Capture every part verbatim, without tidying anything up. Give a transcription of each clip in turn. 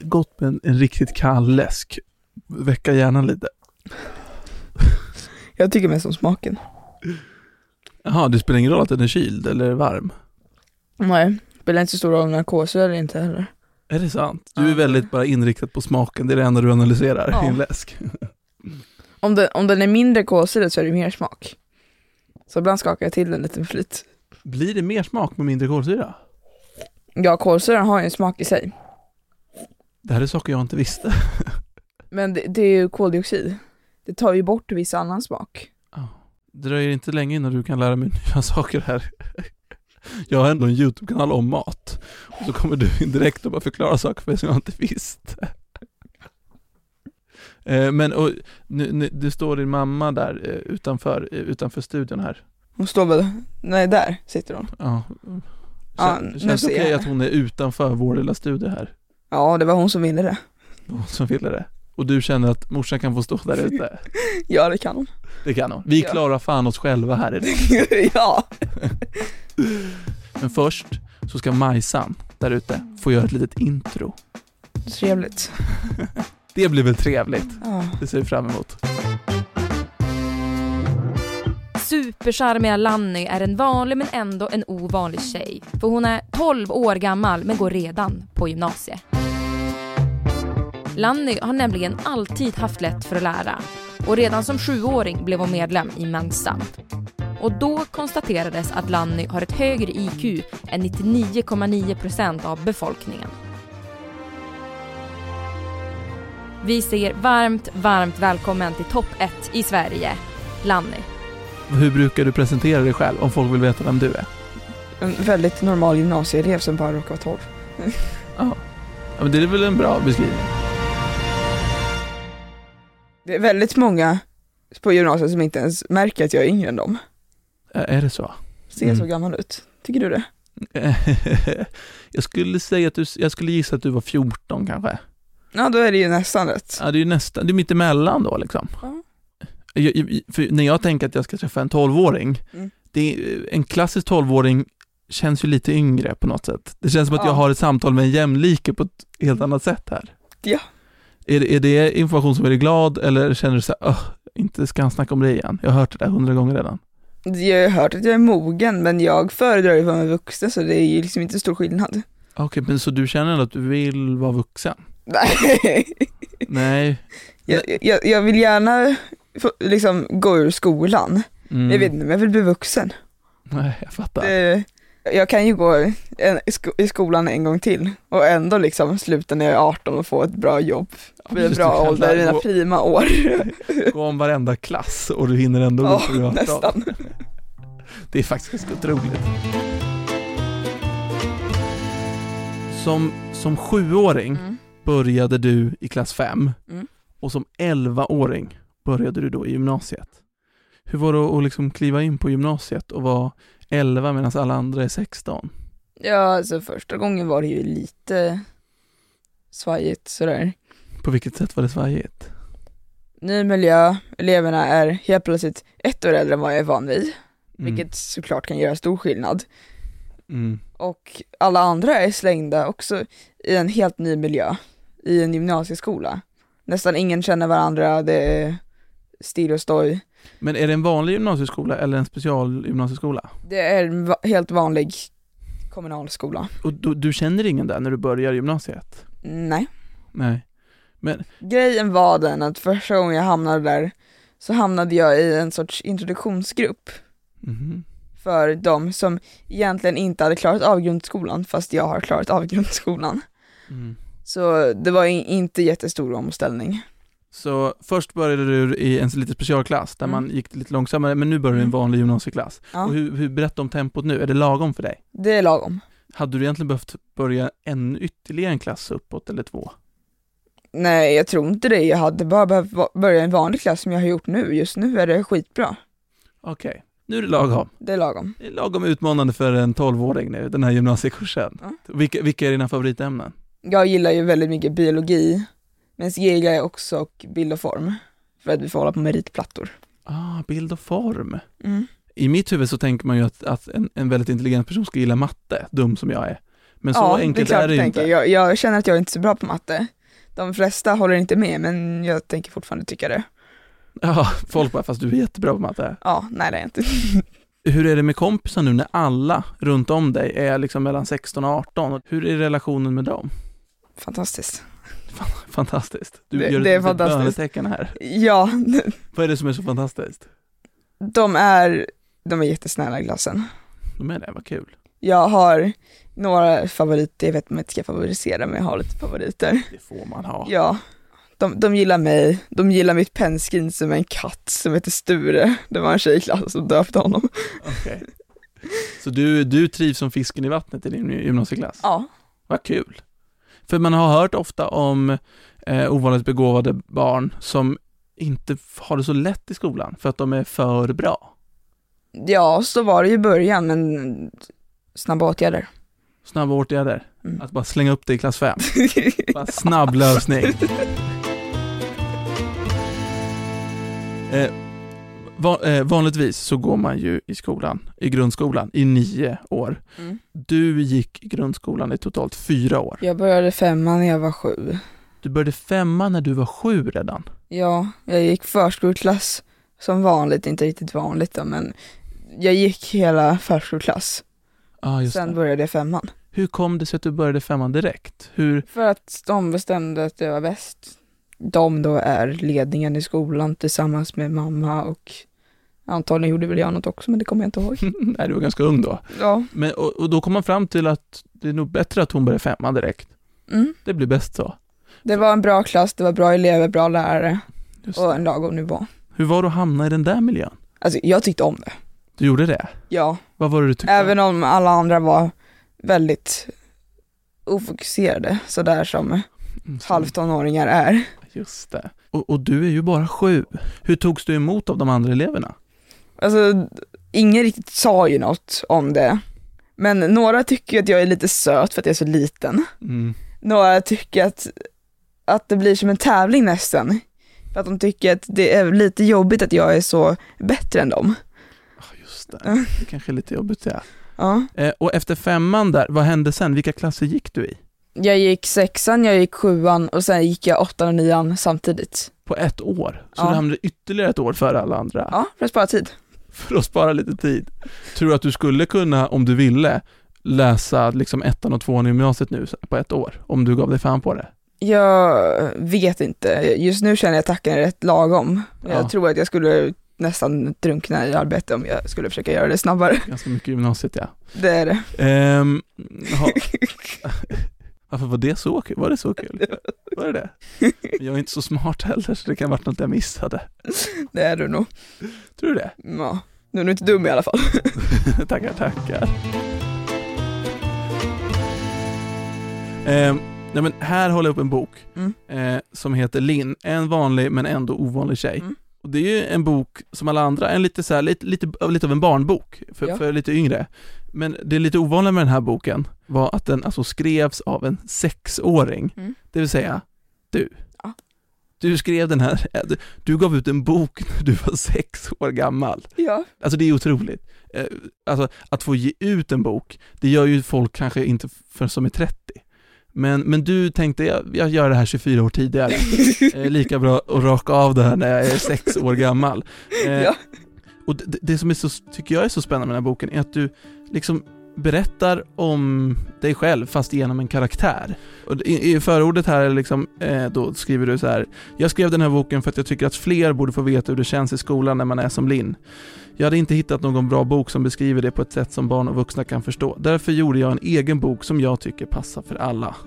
gott med en, en riktigt kall läsk. Väcka gärna lite. Jag tycker mest om smaken. Jaha, det spelar ingen roll att den är kyld eller varm? Nej, det spelar inte så stor roll om narkos eller inte heller. Är det sant? Du är väldigt bara inriktad på smaken. Det är det enda du analyserar ja. i en läsk. Om den, om den är mindre kolsyra så är det mer smak. Så ibland skakar jag till den lite med flit. Blir det mer smak med mindre kolsyra? Ja, kolsyran har ju en smak i sig. Det här är saker jag inte visste. Men det, det är ju koldioxid. Det tar ju bort viss annan smak. Oh. Det dröjer inte länge innan du kan lära mig nya saker här. Jag har ändå en YouTube-kanal om mat. Och så kommer du in direkt och bara förklara saker för mig som jag inte visste. eh, men och, nu, nu, det står din mamma där eh, utanför, eh, utanför studion här. Hon står väl... Nej, där sitter hon. Ja. Ja, Kän, känns det okej okay att hon är utanför vår lilla studio här? Ja, det var hon som ville det. Hon som ville det. Och du känner att morsan kan få stå där ute? Ja, det kan hon. Det kan hon. Vi ja. klarar fan oss själva här idag. Ja. Men först så ska Majsan där ute få göra ett litet intro. Trevligt. Det blir väl trevligt. Ja. Det ser vi fram emot. Supercharmiga Lanny är en vanlig men ändå en ovanlig tjej. För hon är tolv år gammal men går redan på gymnasiet. Lanny har nämligen alltid haft lätt för att lära. Och redan som sjuåring blev hon medlem i Mensa. Och då konstaterades att Lanny har ett högre I Q än nittionio komma nio procent av befolkningen. Vi säger varmt, varmt välkommen till topp ett i Sverige, Lanny. Hur brukar du presentera dig själv om folk vill veta vem du är? En väldigt normal gymnasieelev som bara råkar vara tolv. Ja, men det är väl en bra beskrivning. Det är väldigt många på gymnasiet som inte ens märker att jag är yngre än dem. Är det så? Ser jag så gammal ut? Tycker du det? Jag skulle säga att du, jag skulle gissa att du var fjorton kanske. Ja, då är det ju nästan rätt. Ja, det är ju nästan, det är mitt emellan då liksom. Ja. Jag, jag, för när jag tänker att jag ska träffa en tolvåring, mm. det är, en klassisk tolvåring känns ju lite yngre på något sätt. Det känns som att ja. jag har ett samtal med en jämlike på ett helt annat sätt här. Ja. Är det, är det information som är glad eller känner du så här, inte ska han snacka om det igen? Jag har hört det där hundra gånger redan. Jag har hört att jag är mogen, men jag föredrar ju att vara vuxen, så det är ju liksom inte stor skillnad. Okej, okay, men så du känner att du vill vara vuxen? Nej. Nej. Jag, jag, jag vill gärna få, liksom gå ur skolan. Mm. Jag vet inte, men jag vill bli vuxen. Nej, jag fattar. Det, jag kan ju gå en, i skolan en gång till och ändå liksom sluta när jag är arton och få ett bra jobb. För en bra ålder i mina prima år. Gå om varenda klass och du hinner ändå gå oh, för nästan. Det är faktiskt ganska otroligt. Som, som sjuåring mm. började du i klass fem mm. och som elvaåring började du då i gymnasiet. Hur var det att liksom kliva in på gymnasiet och vara elva medan alla andra är sexton? Ja, alltså första gången var det ju lite svajigt sådär. På vilket sätt var det svajigt? Ny miljö, eleverna är helt plötsligt ett år äldre än vad jag är van vid. Mm. Vilket såklart kan göra stor skillnad. Mm. Och alla andra är slängda också i en helt ny miljö. I en gymnasieskola. Nästan ingen känner varandra, det är stil och stoj. Men är det en vanlig gymnasieskola eller en specialgymnasieskola? Det är en va- helt vanlig kommunalskola. Och du, du känner ingen där när du börjar gymnasiet? Nej. Nej. Men grejen var den att första gången jag hamnade där så hamnade jag i en sorts introduktionsgrupp. Mm. För de som egentligen inte hade klarat av grundskolan, fast jag har klarat av grundskolan. Mm. Så det var in, inte jättestor omställning. Så först började du i en lite specialklass där mm. man gick lite långsammare, men nu börjar du i en vanlig gymnasieklass. Ja. Och hur, hur berättar om tempot nu? Är det lagom för dig? Det är lagom. Hade du egentligen behövt börja en ytterligare en klass uppåt eller två? Nej, jag tror inte det. Jag hade bara behövt börja en vanlig klass som jag har gjort nu. Just nu är det skitbra. Okej, okay. Nu är det lagom. Det är lagom. Det är lagom utmanande för en tolvåring nu, den här gymnasiekursen. Mm. Vilka, vilka är dina favoritämnen? Jag gillar ju väldigt mycket biologi. Men så gillar jag också och bild och form. För att vi får hålla på meritplattor. Ah, bild och form. Mm. I mitt huvud så tänker man ju att, att en, en väldigt intelligent person ska gilla matte, dum som jag är. Men så ja, enkelt det är, klart är det ju inte. Jag, jag känner att jag är inte så bra på matte. De flesta håller inte med, men jag tänker fortfarande tycka det. Ja, folk bara, fast du är jättebra på matte. Ja, nej det är inte. Hur är det med kompisar nu när alla runt om dig är liksom mellan sexton och arton? Hur är relationen med dem? Fantastiskt. Fantastiskt. Du det, gör det är ett fantastiskt. bönetecken här. Ja. Vad är det som är så fantastiskt? De är, de är jättesnälla i klassen. De är det, vad kul. Jag har några favoriter, jag vet inte om jag inte ska favorisera, men jag har lite favoriter. Det får man ha. Ja, de, de gillar mig, de gillar mitt pennskrin som är en katt som heter Sture. Det var en tjejklass som döpte honom. Okej. Okay. Så du, du trivs som fisken i vattnet i din gymnasieklass? Ja. Vad kul. För man har hört ofta om eh, ovanligt begåvade barn som inte har det så lätt i skolan för att de är för bra. Ja, så var det i början, men snabba åtgärder. Snabba åtgärder? Mm. Att bara slänga upp det i klass fem. Bara snabb lösning. eh, va, eh, vanligtvis så går man ju i skolan, i grundskolan, i nio år. Mm. Du gick i grundskolan i totalt fyra år. Jag började femman när jag var sju. Du började femman när du var sju redan? Ja, jag gick förskolklass som vanligt, inte riktigt vanligt då, men jag gick hela förskolklass. Ah, just Sen det. började jag femman. Hur kom det sig att du började femman direkt? Hur... För att de bestämde att det var bäst. De då är ledningen i skolan tillsammans med mamma och antagligen gjorde väl jag något också, men det kommer jag inte ihåg. Nej, du var ganska ung då. Ja. Men, och, och då kom man fram till att det är nog bättre att hon börjar femman direkt. Mm. Det blir bäst så. Det var en bra klass, det var bra elever, bra lärare Just och det. en lagom nivå. Hur var det att hamna i den där miljön? Alltså jag tyckte om det. Du gjorde det? Ja. Vad var det du tyckte? Även om alla andra var väldigt ofokuserade, sådär som Mm, så- halvtonåringar är. Just det. Och, och du är ju bara sju. Hur togs du emot av de andra eleverna? Alltså, ingen riktigt sa ju något om det. Men några tycker att jag är lite söt för att jag är så liten. Mm. Några tycker att, att det blir som en tävling nästan. För att de tycker att det är lite jobbigt att jag är så bättre än dem. Oh, just det. Det kanske är lite jobbigt, ja. Ja. Eh, och efter femman där, vad hände sen? Vilka klasser gick du i? Jag gick sexan, jag gick sjuan och sen gick jag åttan och nian samtidigt. På ett år? Så Ja. du hamnade ytterligare ett år före alla andra? Ja, för att spara tid. För att spara lite tid. Tror du att du skulle kunna, om du ville, läsa liksom ettan och tvåan i gymnasiet nu på ett år? Om du gav dig fan på det? Jag vet inte. Just nu känner jag att tacken är rätt lagom. Jag Ja. tror att jag skulle nästan drunkna i arbete om jag skulle försöka göra det snabbare. Ganska mycket i gymnasiet, ja. Det är det. Ehm, ha, varför var det så kul? Var det så kul? Var det det? Jag är inte så smart heller, så det kan ha varit något jag missade. Det är du nog. Tror du det? Ja. Nu är du inte dum i alla fall. Tackar, tackar. Ehm, nej men här håller jag upp en bok Mm. eh, som heter Linn, en vanlig men ändå ovanlig tjej. Mm. Och det är ju en bok som alla andra, en lite, så här, lite, lite, lite av en barnbok för, Ja. för lite yngre. Men det är lite ovanligt med den här boken var att den alltså skrevs av en sexåring. Mm. Det vill säga, du. Ja. Du skrev den här, du, du gav ut en bok när du var sex år gammal. Ja. Alltså det är otroligt. Eh, Alltså att få ge ut en bok, det gör ju folk kanske inte för som är trettio. Men, men du tänkte, jag, jag gör det här tjugofyra år tidigare. Eh, lika bra att raka av det här när jag är sex år gammal. Eh, Ja. Och det, det som är så, tycker jag är så spännande med den här boken är att du liksom berättar om dig själv fast genom en karaktär. Och i, i förordet här liksom, eh, då skriver du så här: jag skrev den här boken för att jag tycker att fler borde få veta hur det känns i skolan när man är som Linn. Jag hade inte hittat någon bra bok som beskriver det på ett sätt som barn och vuxna kan förstå. Därför gjorde jag en egen bok som jag tycker passar för alla.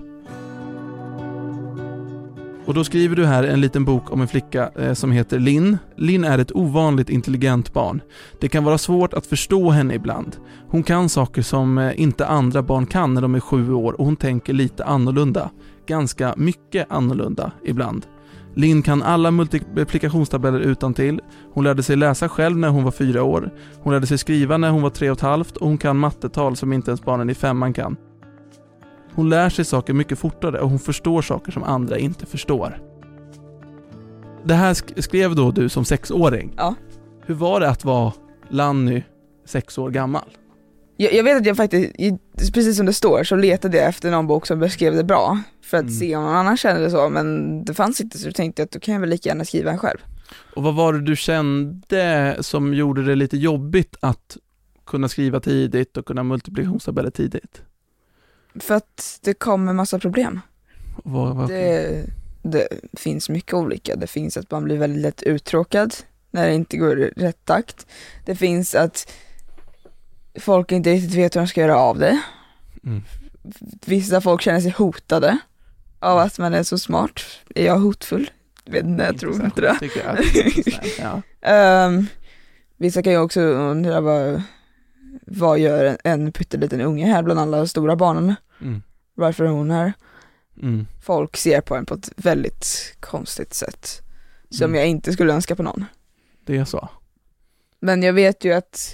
Och då skriver du här en liten bok om en flicka eh, som heter Linn. Linn är ett ovanligt intelligent barn. Det kan vara svårt att förstå henne ibland. Hon kan saker som eh, inte andra barn kan när de är sju år och hon tänker lite annorlunda. Ganska mycket annorlunda ibland. Linn kan alla multiplikationstabeller utantill. Hon lärde sig läsa själv när hon var fyra år. Hon lärde sig skriva när hon var tre och ett halvt och hon kan mattetal som inte ens barnen i femman kan. Hon lär sig saker mycket fortare och hon förstår saker som andra inte förstår. Det här sk- skrev då du som sexåring. Ja. Hur var det att vara Lanny sex år gammal? Jag, jag vet att jag faktiskt, precis som det står, så letade jag efter någon bok som beskrev det bra. för att Mm. se om någon annan kände det så, men det fanns inte, så jag tänkte att då kan jag väl lika gärna skriva en själv. Och vad var det du kände som gjorde det lite jobbigt att kunna skriva tidigt och kunna multiplikationstabeller tidigt? För att det kommer massa problem. Vad, vad... Det, det finns mycket olika. Det finns att man blir väldigt lätt uttråkad när det inte går i rätt takt. Det finns att folk inte riktigt vet hur de ska göra av det. Mm. Vissa folk känner sig hotade av att man är så smart. Är jag hotfull? Jag vet inte, jag tror inte det. Tycker jag. Ja. um, vissa kan ju också undra vad, vad gör en, en pytteliten unge här bland alla stora barnen? Mm. Varför är hon här? Mm. Folk ser på en på ett väldigt konstigt sätt som Mm. jag inte skulle önska på någon. Det är så. Men jag vet ju att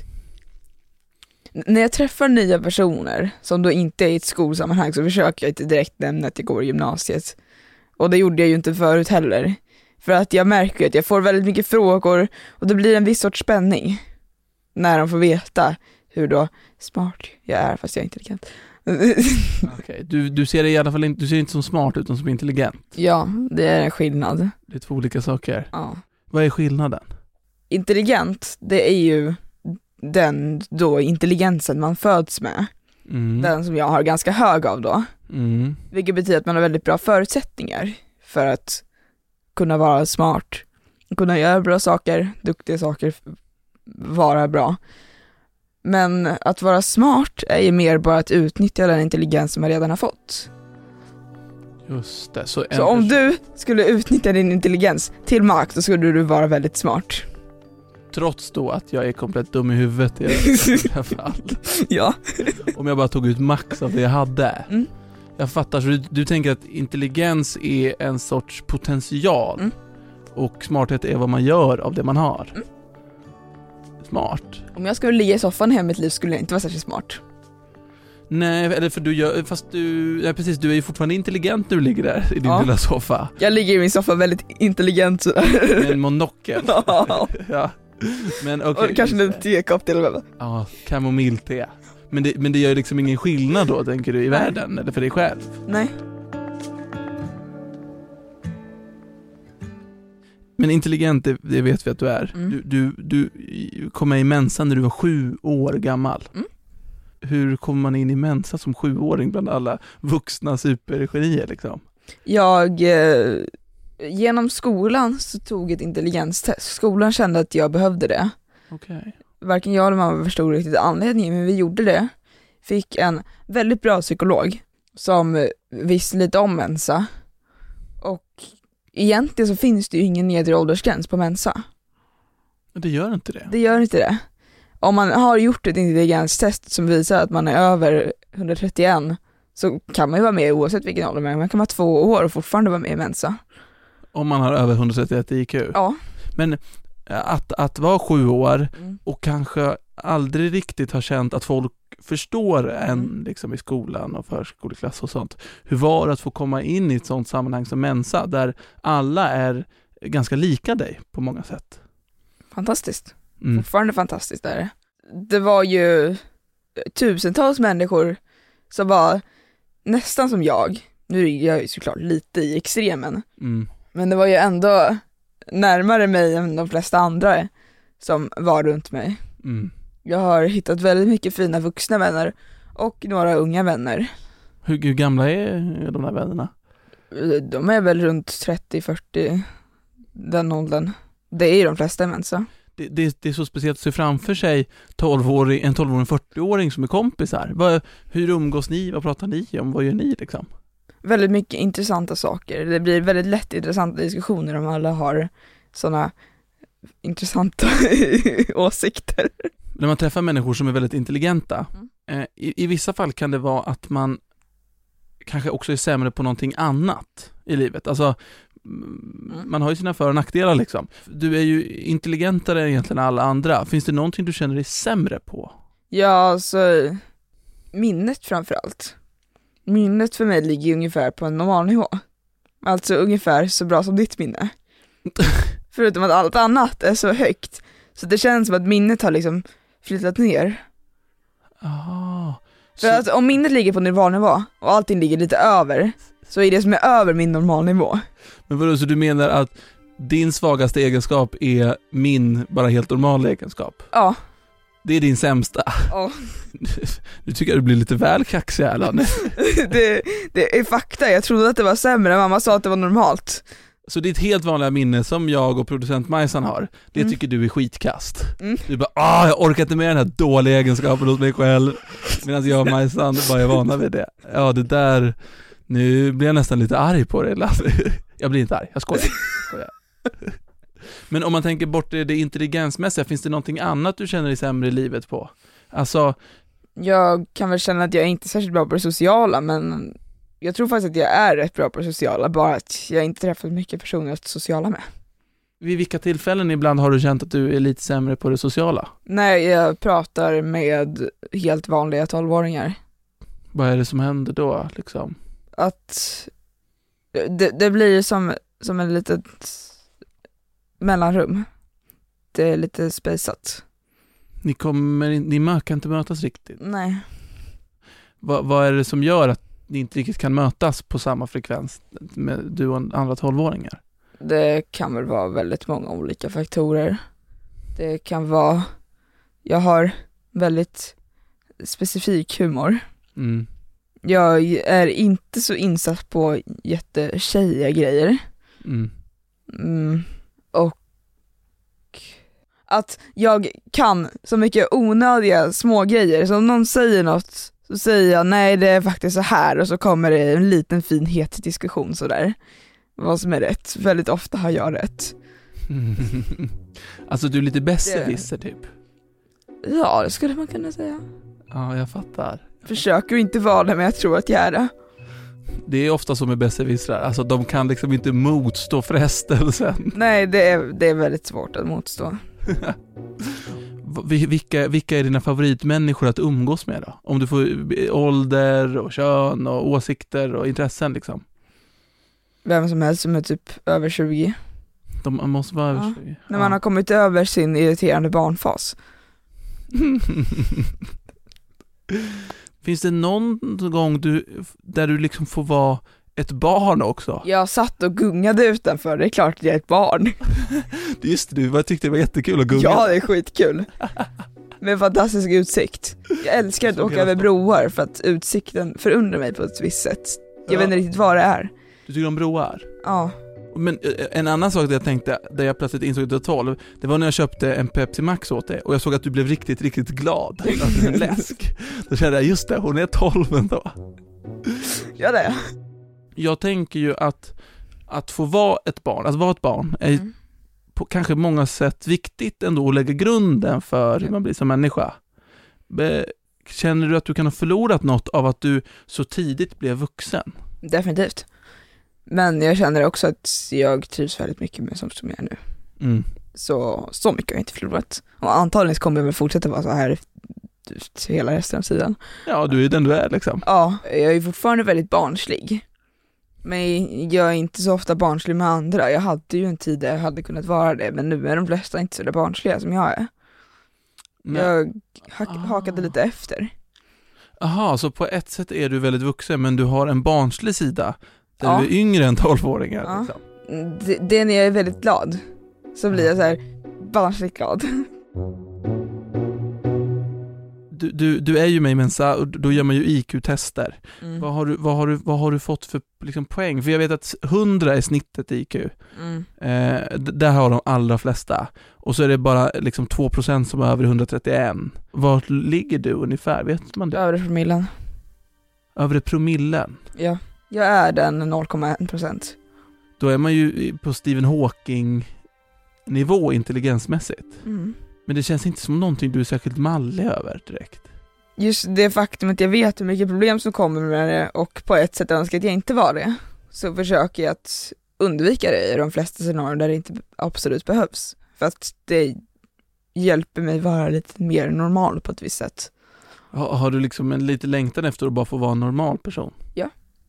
när jag träffar nya personer som då inte är i ett skolsammanhang så försöker jag inte direkt nämna att jag går i gymnasiet. Och det gjorde jag ju inte förut heller. För att jag märker att jag får väldigt mycket frågor och det blir en viss sorts spänning när de får veta hur då smart jag är fast jag är intelligent. Okay. Du, du ser det i alla fall inte, du ser inte som smart utan som intelligent. Ja, det är en skillnad. Det är två olika saker. Ja. Vad är skillnaden? Intelligent, det är ju den då intelligensen man föds med. Mm. Den som jag har ganska hög av då. Mm. Vilket betyder att man har väldigt bra förutsättningar för att kunna vara smart. Kunna göra bra saker, duktiga saker, vara bra. Men att vara smart är ju mer bara att utnyttja den intelligens som man redan har fått. Just det. Så, Så om du skulle utnyttja din intelligens till makt, då skulle du vara väldigt smart. Trots då att jag är komplett dum i huvudet i alla fall. Ja. Om jag bara tog ut max av det jag hade. Mm. Jag fattar, så du, du tänker att intelligens är en sorts potential. Mm. Och smarthet är vad man gör av det man har. Mm. Smart. Om jag skulle ligga i soffan hela mitt liv skulle jag inte vara särskilt smart. Nej, eller för du gör, fast du, ja, precis, du är ju fortfarande intelligent när du ligger där i din Ja. lilla soffa. Jag ligger i min soffa väldigt intelligent sådär. Med en monokel. Ja. Ja. Men okej. Och kanske en tekopp till och med. Ja, kamomillte. Men det, men det gör liksom ingen skillnad då, tänker du, i världen eller för dig själv? Nej. Men intelligent, det, det vet vi att du är. Mm. Du, du, du kom med i Mensa när du var sju år gammal. Mm. Hur kommer man in i Mensa som sjuåring bland alla vuxna supergenier liksom? Jag, eh, genom skolan så tog ett intelligenstest. Skolan kände att jag behövde det. Okej. Okay. Varken jag eller mamma förstod riktigt anledningen, men vi gjorde det. Fick en väldigt bra psykolog som visste lite om Mensa. Och egentligen så finns det ju ingen nedre åldersgräns på Mensa. Det gör inte det. Det gör inte det. Om man har gjort ett intelligenstest som visar att man är över hundratrettioett så kan man ju vara med oavsett vilken ålder man är. Man kan vara två år och fortfarande vara med i Mensa. Om man har över hundratrettioett i I Q? Ja. Men att, att vara sju år Mm. och kanske aldrig riktigt har känt att folk förstår en Mm. liksom i skolan och förskoleklass och sånt. Hur var det att få komma in i ett sånt sammanhang som Mensa där alla är ganska lika dig på många sätt? Fantastiskt. Mm. Fortfarande fantastiskt där. Det var ju tusentals människor som var nästan som jag. Nu är jag ju såklart lite i extremen. Mm. Men det var ju ändå närmare mig än de flesta andra som var runt mig. Mm. Jag har hittat väldigt mycket fina vuxna vänner och några unga vänner. Hur, hur gamla är de där vännerna? De är väl runt trettio fyrtio, den åldern. Det är ju de flesta Mensa. Det, det, det är så speciellt att se framför sig tolv-åring, en tolv-åring, fyrtio-åring som är kompisar. Vad, hur umgås ni? Vad pratar ni om? Vad gör ni liksom? Väldigt mycket intressanta saker. Det blir väldigt lätt intressanta diskussioner om alla har sådana intressanta åsikter. När man träffar människor som är väldigt intelligenta, Mm. eh, i, i vissa fall kan det vara att man kanske också är sämre på någonting annat i livet. Alltså, mm. man har ju sina för- och nackdelar liksom. Du är ju intelligentare än egentligen alla andra. Finns det någonting du känner dig sämre på? Ja, så minnet framförallt. Minnet för mig ligger ungefär på en normal nivå. Alltså ungefär så bra som ditt minne. Förutom att allt annat är så högt. Så det känns som att minnet har liksom flyttat ner. Ah, För så... att om minnet ligger på normalnivå och allting ligger lite över, så är det som är över min normalnivå. Men vadå, så du menar att din svagaste egenskap är min bara helt normal egenskap? Ja. Det är din sämsta? Ja. Du tycker att du blir lite väl kaxig, Erland. det, det är fakta, jag trodde att det var sämre, mamma sa att det var normalt. Så ditt helt vanliga minne som jag och producent Majsan har, det mm. tycker du är skitkast. Mm. Du bara, ah, jag orkar inte med den här dåliga egenskapen hos mig själv. Medan jag och Majsan bara är vana vid det. Ja, det där, nu blir jag nästan lite arg på det. Jag blir inte arg, jag skojar. Jag skojar. Men om man tänker bort det, det intelligensmässiga, finns det någonting annat du känner dig sämre i livet på? Alltså... Jag kan väl känna att jag är inte särskilt bra på det sociala, men jag tror faktiskt att jag är rätt bra på det sociala, bara att jag inte träffat mycket personer att sociala med. Vid vilka tillfällen ibland har du känt att du är lite sämre på det sociala? När jag pratar med helt vanliga tolvåringar. Vad är det som händer då, liksom? Att det, det blir som, som en litet mellanrum. Det är lite spejsat. Ni kommer in, ni mö- kan inte mötas riktigt? Nej. Va, vad är det som gör att ni inte riktigt kan mötas på samma frekvens med du och andra tolvåringar? Det kan väl vara väldigt många olika faktorer. Det kan vara, jag har väldigt specifik humor. Mm. Jag är inte så insatt på jättetjejiga grejer. Mm. Mm. Och att jag kan så mycket onödiga små grejer. Så om någon säger något så säger jag nej, det är faktiskt så här, och så kommer det en liten fin het diskussion sådär. Vad som är rätt. Väldigt ofta har jag rätt. Alltså du är lite besserwisser typ. Ja, det skulle man kunna säga. Ja, jag fattar. Försöker inte vara det, men jag tror att jag är det. Det är ofta som med besserwissrar. Alltså de kan liksom inte motstå frestelsen. Nej, det är, det är väldigt svårt att motstå. vilka, vilka är dina favoritmänniskor att umgås med då? Om du får ålder och kön och åsikter och intressen liksom. Vem som helst som är typ över tjugo. De måste vara över ja. tjugo. När man ja. har kommit över sin irriterande barnfas. Finns det någon gång du, där du liksom får vara ett barn också? Jag satt och gungade utanför, det är klart att jag är ett barn. Just det, du tyckte det var jättekul att gunga. Ja, det är skitkul. Med fantastisk utsikt. Jag älskar att åka över broar för att utsikten förundrar mig på ett visst sätt. Jag ja. vet inte riktigt vad det är. Du tycker om broar? Ja. Men en annan sak där jag tänkte, där jag plötsligt insåg att du var tolv, det var när jag köpte en Pepsi Max åt dig och jag såg att du blev riktigt, riktigt glad. Alltså en läsk. Då kände jag, just det, hon är tolv ändå. Ja, det är. Jag tänker ju att att få vara ett barn, att vara ett barn är mm. på kanske många sätt viktigt ändå att lägga grunden för hur man blir som människa. Känner du att du kan ha förlorat något av att du så tidigt blev vuxen? Definitivt. Men jag känner också att jag trivs väldigt mycket med som som jag är nu. Mm. Så, så mycket har jag inte förlorat. Och antagligen kommer jag väl fortsätta vara så här hela resten av tiden. Ja, du är den du är liksom. Ja, jag är fortfarande väldigt barnslig. Men jag är inte så ofta barnslig med andra. Jag hade ju en tid där jag hade kunnat vara det. Men nu är de flesta inte så där barnsliga som jag är. Men, jag ha- hakade lite efter. Aha, så på ett sätt är du väldigt vuxen, men du har en barnslig sida. Där ja. du är yngre än tolvåringar. Ja. Liksom. Det, det är när jag är väldigt glad. Så blir jag så här barnsligt glad. Du, du, du är ju med i Mensa och då gör man ju I Q-tester. Mm. Vad, har du, vad, har du, vad har du fått för liksom, poäng? För jag vet att hundra är snittet i I Q. Mm. Eh, d- där har de allra flesta. Och så är det bara liksom, två procent som är över hundratrettioett. Var ligger du ungefär? Vet man det? Övre promillen. Övre promillen? Ja, jag är den noll komma ett procent. Då är man ju på Stephen Hawking-nivå intelligensmässigt. Mm. Men det känns inte som någonting du är särskilt mallig över direkt. Just det faktum att jag vet hur mycket problem som kommer med det och på ett sätt önskar att jag inte var det. Så försöker jag att undvika det i de flesta scenarier där det inte absolut behövs. För att det hjälper mig vara lite mer normal på ett visst sätt. Har, har du liksom en lite längtan efter att bara få vara en normal person? Ja.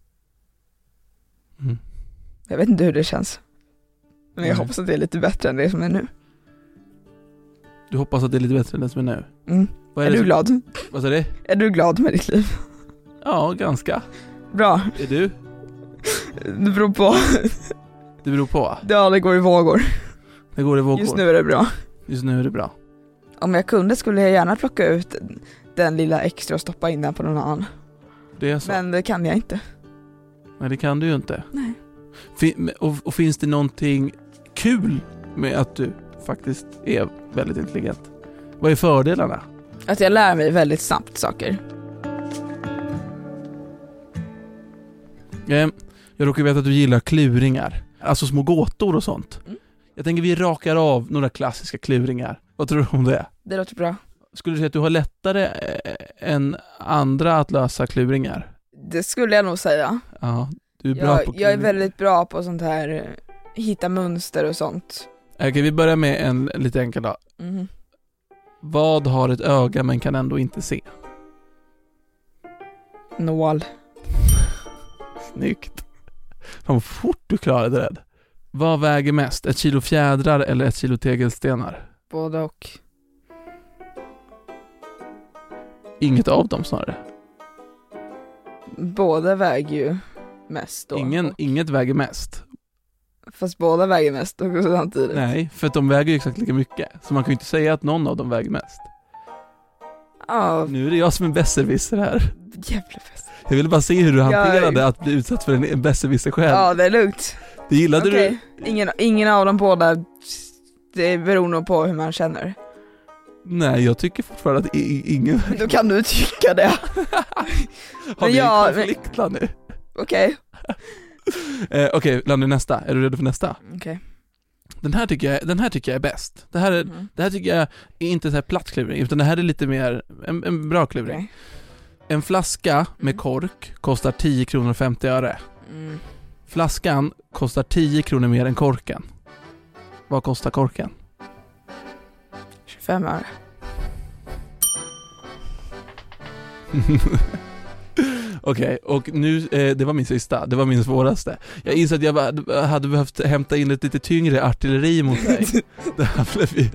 Mm. Jag vet inte hur det känns. Men jag Nej. hoppas att det är lite bättre än det som är nu. Du hoppas att det är lite bättre än det som är nu? Mm. Vad är är du som... glad? Vad sa du? Är du glad med ditt liv? Ja, ganska. Bra. Är du? Det beror på. Det beror på. Ja, det går i vågor. Det går i vågor. Just nu är det bra. Just nu är det bra. Om jag kunde skulle jag gärna plocka ut den lilla extra och stoppa in den på någon annan. Det är så. Men det kan jag inte. Nej, det kan du ju inte. Nej. Fin- och, och finns det någonting kul med att du faktiskt är väldigt intelligent? Vad är fördelarna? Att jag lär mig väldigt snabbt saker. Jag råkar veta att du gillar kluringar. Alltså små gåtor och sånt. Mm. Jag tänker vi rakar av några klassiska kluringar. Vad tror du om det? Det låter bra. Skulle du säga att du har lättare än andra att lösa kluringar? Det skulle jag nog säga. Ja, du är bra Jag, på kluringar. jag är väldigt bra på sånt här, eh, hitta mönster och sånt. Okej, vi börjar med en lite enkel då. Mm. Vad har ett öga men kan ändå inte se? Nål. Snyggt. Fan vad fort du klarade det. Vad väger mest? Ett kilo fjädrar eller ett kilo tegelstenar? Både och. Inget av dem snarare. Båda väger ju mest då. Ingen, inget väger mest. Fast båda väger mest också samtidigt. Nej, för att de väger ju exakt lika mycket. Så man kan ju inte säga att någon av dem väger mest. Ja, Nu är det jag som är besserwisser här. jävla fest. Jag ville bara se hur du hanterade Jag- att bli utsatt för en, en besserwisser själv. Ja, det är lugnt. Det gillade Okej, ingen, ingen av dem båda. Det beror nog på hur man känner. du? Nej, jag tycker fortfarande att i, i, ingen... Då kan du tycka det. Har vi jag- en konflikt men... nu? Okej. Eh, Okej, Lanny, nästa. Är du redo för nästa? Okej. Den här tycker jag, den här tycker jag är bäst. Det här, är, Mm. det här tycker jag är inte så här platt kluring, utan det här är lite mer en, en bra kluring. Okej. En flaska med Mm. kork kostar tio kronor och femtio öre. Mm. Flaskan kostar tio kronor mer än korken. Vad kostar korken? tjugofem öre. Okej, och nu, eh, det var min sista, det var min svåraste. Jag inser att jag bara, hade behövt hämta in ett lite tyngre artilleri mot dig. Det här blev vi.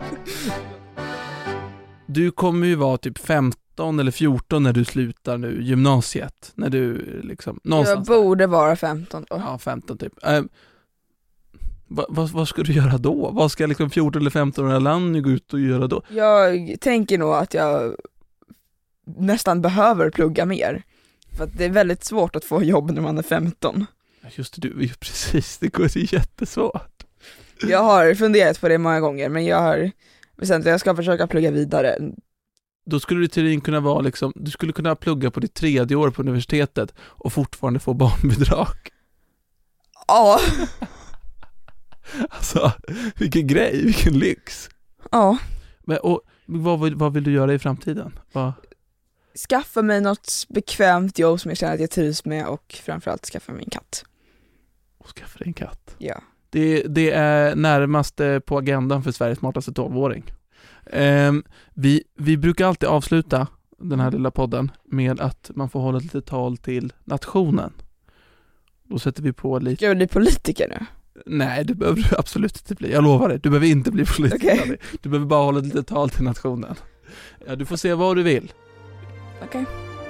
Du kommer ju vara typ femton eller fjorton när du slutar nu gymnasiet. När du liksom, Jag någonstans. borde vara femton då. Ja, femton typ. Eh, vad, vad, vad ska du göra då? Vad ska liksom fjorton eller femton-åriga Lanny gå ut och göra då? Jag tänker nog att jag nästan behöver plugga mer. För att det är väldigt svårt att få jobb när man är femton. Just det, du, precis, det går ju jättesvårt. Jag har funderat på det många gånger, men jag har bestämt att jag ska försöka plugga vidare. Då skulle du teorin kunna vara liksom, du skulle kunna plugga på ditt tredje år på universitetet och fortfarande få barnbidrag. Ja, Alltså, vilken grej, vilken lyx. ja. Men, och, vad, vill- vad vill du göra i framtiden? Vad? Skaffa mig något bekvämt jobb som jag känner att jag trivs med och framförallt skaffa mig en katt. Och skaffa dig en katt. Ja. Det, det är närmast eh, på agendan för Sveriges smartaste tolvåring. Ehm, vi, vi brukar alltid avsluta den här lilla podden med att man får hålla ett litet tal till nationen. Då sätter vi på lite... Ska jag bli politiker nu? Nej, det behöver du absolut inte bli. Jag lovar dig, du behöver inte bli politiker. Okej. Du behöver bara hålla ett litet tal till nationen. Ja, du får se vad du vill. Okej.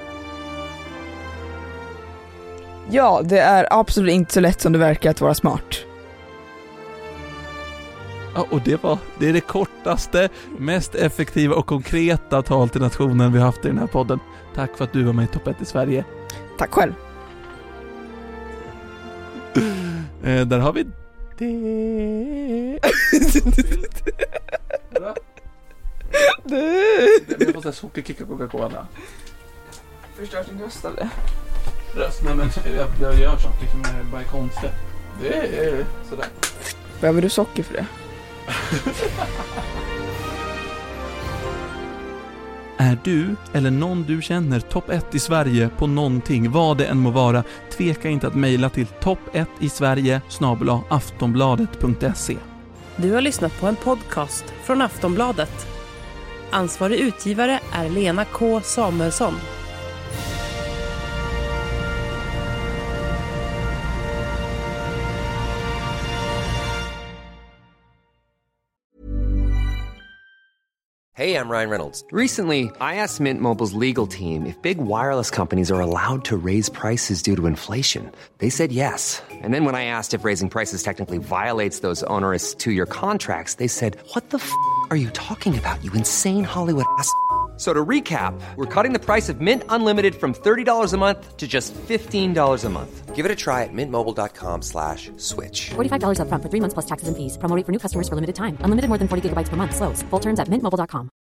Ja, det är absolut inte så lätt som det verkar att vara smart. Ja, och det var det är det kortaste, mest effektiva och konkreta tal till nationen vi har haft i den här podden. Tack för att du var med i Topp ett i Sverige. Tack själv. Eh, där har vi det. Bra. Jag får säga sockerkicka Coca-Cola. Förstört din röst eller? Röst, nej men jag, jag gör saker som är bara konstigt. Det är sådär. Behöver du socker för det? Är du eller någon du känner topp ett i Sverige på någonting, vad det än må vara, tveka inte att mejla till topp ett i Sverige snabel-a aftonbladet punkt se. Du har lyssnat på en podcast från Aftonbladet. Ansvarig utgivare är Lena K. Samuelsson. Hey, I'm Ryan Reynolds. Recently, I asked Mint Mobile's legal team if big wireless companies are allowed to raise prices due to inflation. They said yes. And then when I asked if raising prices technically violates those onerous two-year contracts, they said, "What the f*** are you talking about, you insane Hollywood ass?" So to recap, we're cutting the price of Mint Unlimited from thirty dollars a month to just fifteen dollars a month. Give it a try at mintmobile.com slash switch. forty-five dollars up front for three months plus taxes and fees. Promo rate for new customers for limited time. Unlimited more than forty gigabytes per month slows. Full terms at mint mobile dot com.